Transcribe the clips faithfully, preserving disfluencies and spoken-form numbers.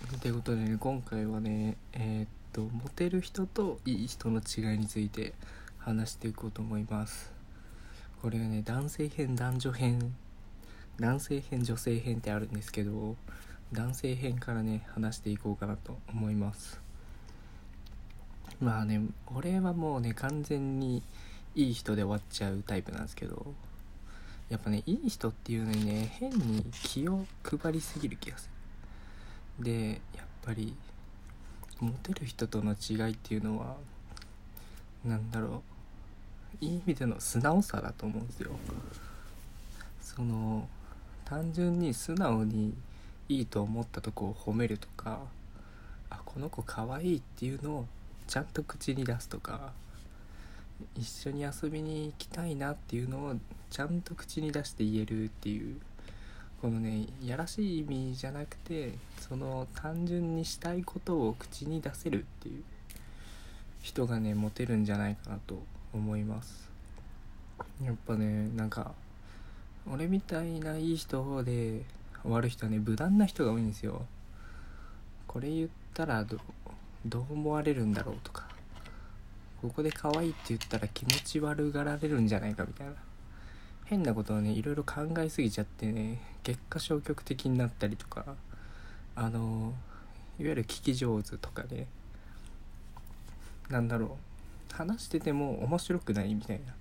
ということでね、今回はね、えーっと、モテる人といい人の違いについて話していこうと思います。これはね、男性編、男女編、男性編、女性編ってあるんですけど、男性編からね、話していこうかなと思います。まあね、俺はもうね、完全にいい人で終わっちゃうタイプなんですけど、やっぱね、いい人っていうのにね、変に気を配りすぎる気がする。で、やっぱりモテる人との違いっていうのはなんだろう、いい意味での素直さだと思うんですよ。その単純に素直にいいと思ったとこを褒めるとか、あ、この子可愛いっていうのをちゃんと口に出すとか、一緒に遊びに行きたいなっていうのをちゃんと口に出して言えるっていう、このね、やらしい意味じゃなくて、その単純にしたいことを口に出せるっていう人がね、モテるんじゃないかなと思います。やっぱね、なんか俺みたいないい人で終わる人はね、無難な人が多いんですよ。これ言ったらどうどう思われるんだろうとか、ここで可愛いって言ったら気持ち悪がられるんじゃないかみたいな変なことをね、いろいろ考えすぎちゃってね、結果消極的になったりとか、あのいわゆる聞き上手とかね、なんだろう、話してても面白くないみたいな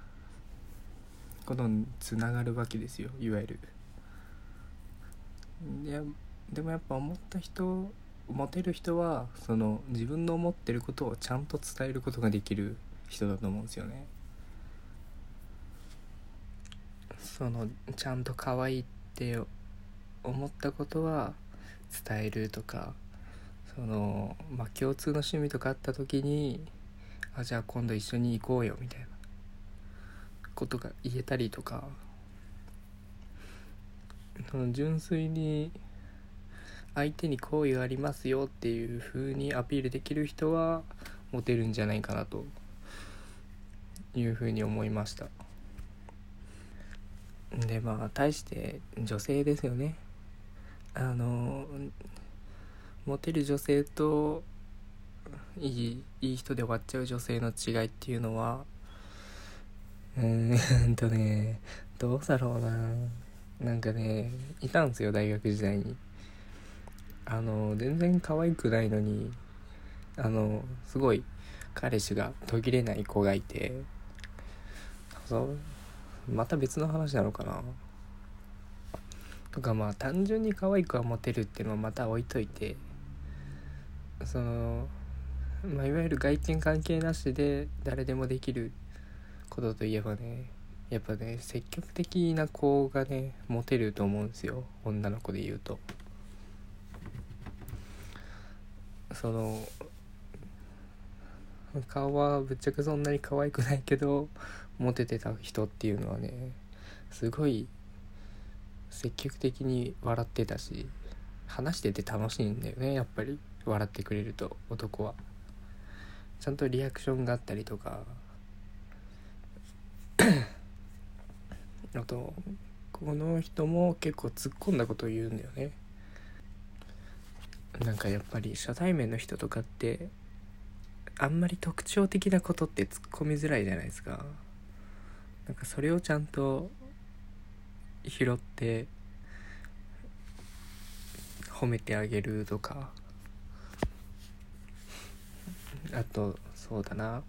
ことにつながるわけですよ、いわゆる。いや、でもやっぱ思った人、モテる人はその自分の思ってることをちゃんと伝えることができる人だと思うんですよね。そのちゃんと可愛いって思ったことは伝えるとか、そのまあ共通の趣味とかあった時に、あ、じゃあ今度一緒に行こうよみたいなことが言えたりとか、その純粋に相手に好意がありますよっていう風にアピールできる人はモテるんじゃないかなという風に思いました。で、まあ対して女性ですよね。あのモテる女性といいいい人で終わっちゃう女性の違いっていうのは、うーんとねどうだろうな、なんかね、いたんですよ、大学時代に。あの全然可愛くないのに、あのすごい彼氏が途切れない子がいて、そうまた別の話なのかなとか、まあ単純に可愛くはモテるっていうのはまた置いといて、その、まあ、いわゆる外見関係なしで誰でもできることといえばね、やっぱね、積極的な子がねモテると思うんですよ、女の子で言うと。その顔はぶっちゃけそんなに可愛くないけどモテてた人っていうのはね、すごい積極的に笑ってたし、話してて楽しいんだよね、やっぱり。笑ってくれると男はちゃんとリアクションがあったりとか、あとこの人も結構突っ込んだことを言うんだよね。なんかやっぱり初対面の人とかってあんまり特徴的なことって突っ込みづらいじゃないですか。なんかそれをちゃんと拾って褒めてあげるとか、あとそうだな、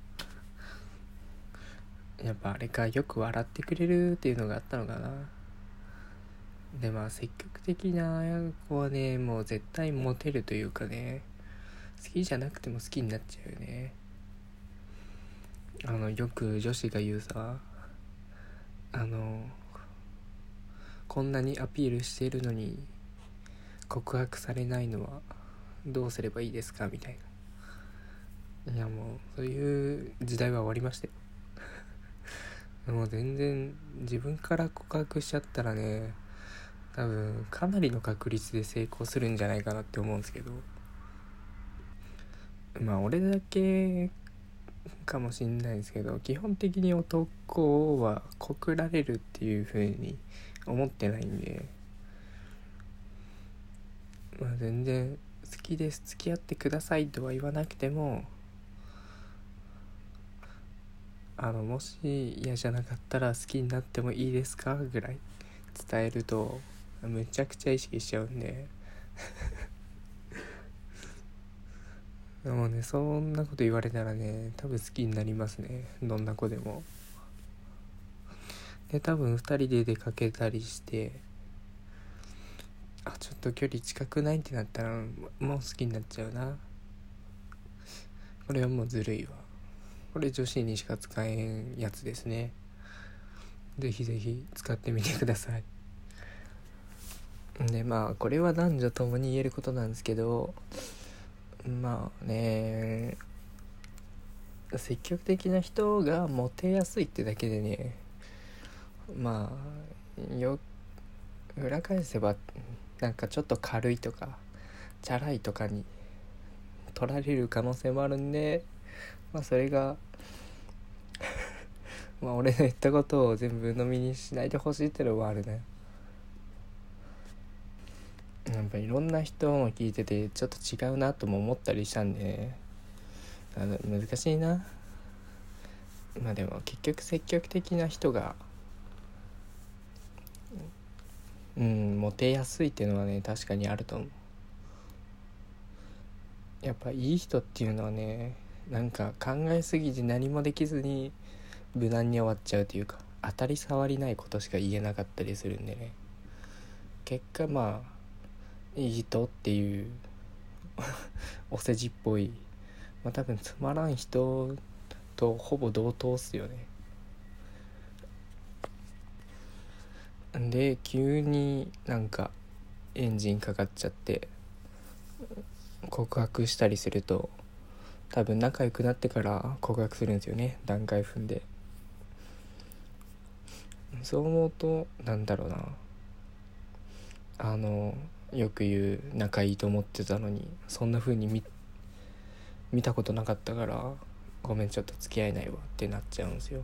やっぱあれか、よく笑ってくれるっていうのがあったのかな。で、まあ積極的な子はね、もう絶対モテるというかね、好きじゃなくても好きになっちゃうよね。あのよく女子が言うさ、あのこんなにアピールしているのに告白されないのはどうすればいいですかみたいな。いや、もうそういう時代は終わりましたよ。もう全然自分から告白しちゃったらね、多分かなりの確率で成功するんじゃないかなって思うんですけど、まあ俺だけかもしんないですけど、基本的に男は告られるっていう風に思ってないんで、まあ全然好きです付き合ってくださいとは言わなくても、あのもし嫌じゃなかったら好きになってもいいですかぐらい伝えるとむちゃくちゃ意識しちゃうんででもね、そんなこと言われたらね、多分好きになりますね、どんな子でも。で多分ふたりで出かけたりして、あちょっと距離近くないってなったらもう好きになっちゃうな。これはもうずるいわ。これ女子にしか使えんやつですね。ぜひぜひ使ってみてください。でまあこれは男女ともに言えることなんですけど、まあね、積極的な人がモテやすいってだけでね、まあよ裏返せばなんかちょっと軽いとかチャラいとかに取られる可能性もあるんで、まあそれがまあ俺の言ったことを全部鵜呑みにしないでほしいってのはあるね。やっぱいろんな人も聞いててちょっと違うなとも思ったりしたんで、ね、あの難しいな。まあでも結局積極的な人がうんモテやすいっていうのはね確かにあると思う。やっぱいい人っていうのはね、なんか考えすぎて何もできずに無難に終わっちゃうというか、当たり障りないことしか言えなかったりするんでね、結果まあいい人っていうお世辞っぽい、まあ多分つまらん人とほぼ同等っすよね。で急になんかエンジンかかっちゃって告白したりすると、多分仲良くなってから告白するんですよね、段階踏んで。そう思うとなんだろうな、あのよく言う仲いいと思ってたのにそんな風に 見, 見たことなかったからごめんちょっと付き合えないわってなっちゃうんですよ。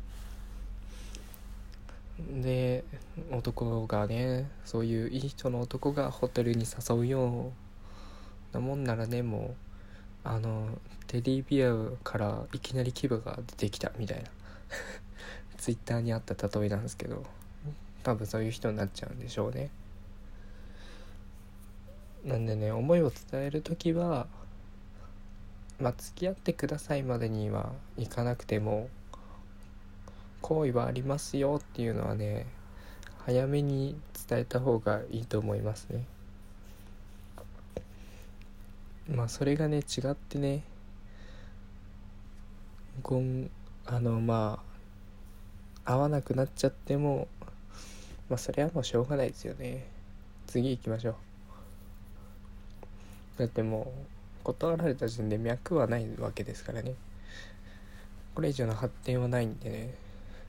で男がね、そういういい人の男がホテルに誘うようなもんならね、もうあのテディビアからいきなり牙が出てきたみたいなツイッターにあった例えなんですけど、多分そういう人になっちゃうんでしょうね。なんでね、思いを伝えるときはまあ付き合ってくださいまでにはいかなくても、好意はありますよっていうのはね早めに伝えた方がいいと思いますね。まあそれがね違ってね、ごんあのまあ合わなくなっちゃっても、まあそれはもうしょうがないですよね。次行きましょう。だってもう断られた時点で脈はないわけですからね。これ以上の発展はないんでね、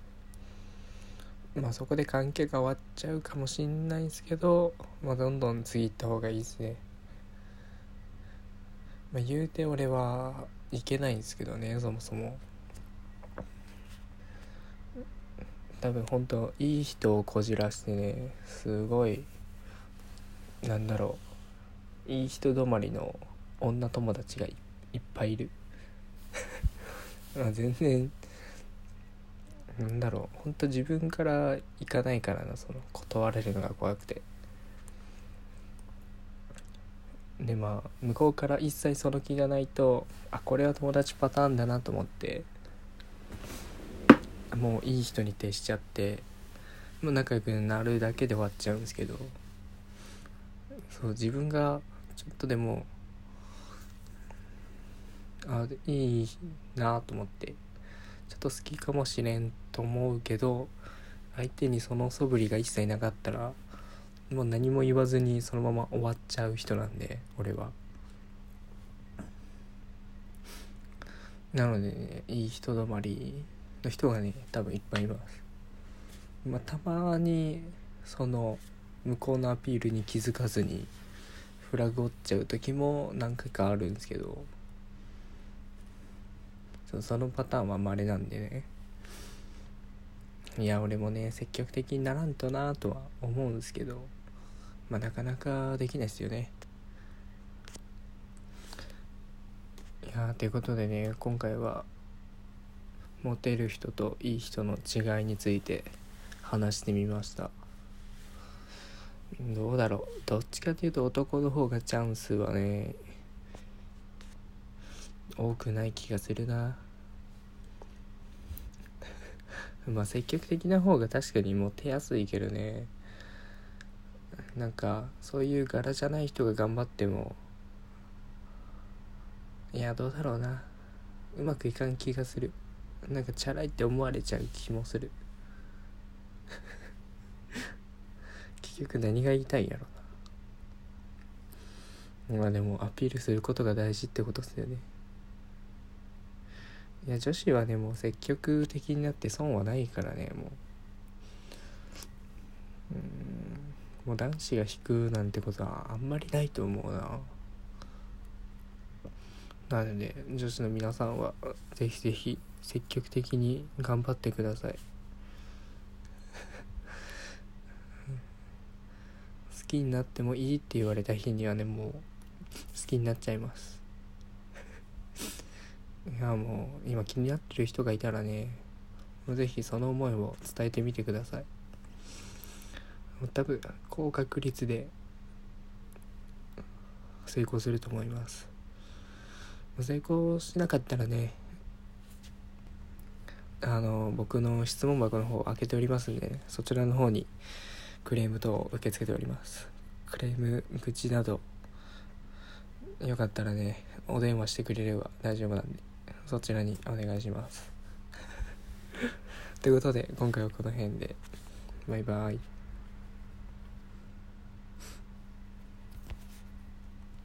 まあそこで関係が終わっちゃうかもしんないんですけど、まあどんどん次行った方がいいですね。まあ言うて俺はいけないんですけどね、そもそも多分本当いい人をこじらしてね、すごいなんだろう、いい人止まりの女友達が い, いっぱいいるまあ全然なんだろう、本当自分から行かないからな、その断られるのが怖くて。でまあ向こうから一切その気がないと、あこれは友達パターンだなと思ってもういい人に徹しちゃって、もう仲良くなるだけで終わっちゃうんですけど、そう自分がちょっとでもあいいなと思ってちょっと好きかもしれんと思うけど、相手にその素振りが一切なかったらもう何も言わずにそのまま終わっちゃう人なんで俺は。なのでね、いい人止まりの人がね多分いっぱいいます。まあたまにその向こうのアピールに気づかずにフラグ折っちゃう時も何回かあるんですけど、そ, そのパターンは稀なんでね、いや俺もね積極的にならんとなとは思うんですけど、まあなかなかできないですよね。 あーということでね、今回はモテる人といい人の違いについて話してみました。どうだろう、どっちかというと男の方がチャンスはね多くない気がするな。まあ積極的な方が確かにモテやすいけどね、なんかそういう柄じゃない人が頑張っても、いやどうだろうな、うまくいかん気がする。なんかチャラいって思われちゃう気もする結局何が言いたいんやろな。まあでもアピールすることが大事ってことですよね。いや女子はねもう積極的になって損はないからね。もううーんもう男子が引くなんてことはあんまりないと思うな。なので女子の皆さんはぜひぜひ積極的に頑張ってください好きになってもいいって言われた日にはねもう好きになっちゃいますいやもう今気になってる人がいたらね、ぜひその思いを伝えてみてください。多分高確率で成功すると思います。成功しなかったらね、あの僕の質問箱の方を開けておりますんで、そちらの方にクレーム等受け付けております。クレーム愚痴などよかったらねお電話してくれれば大丈夫なんで、そちらにお願いしますということで今回はこの辺で、バイバイ。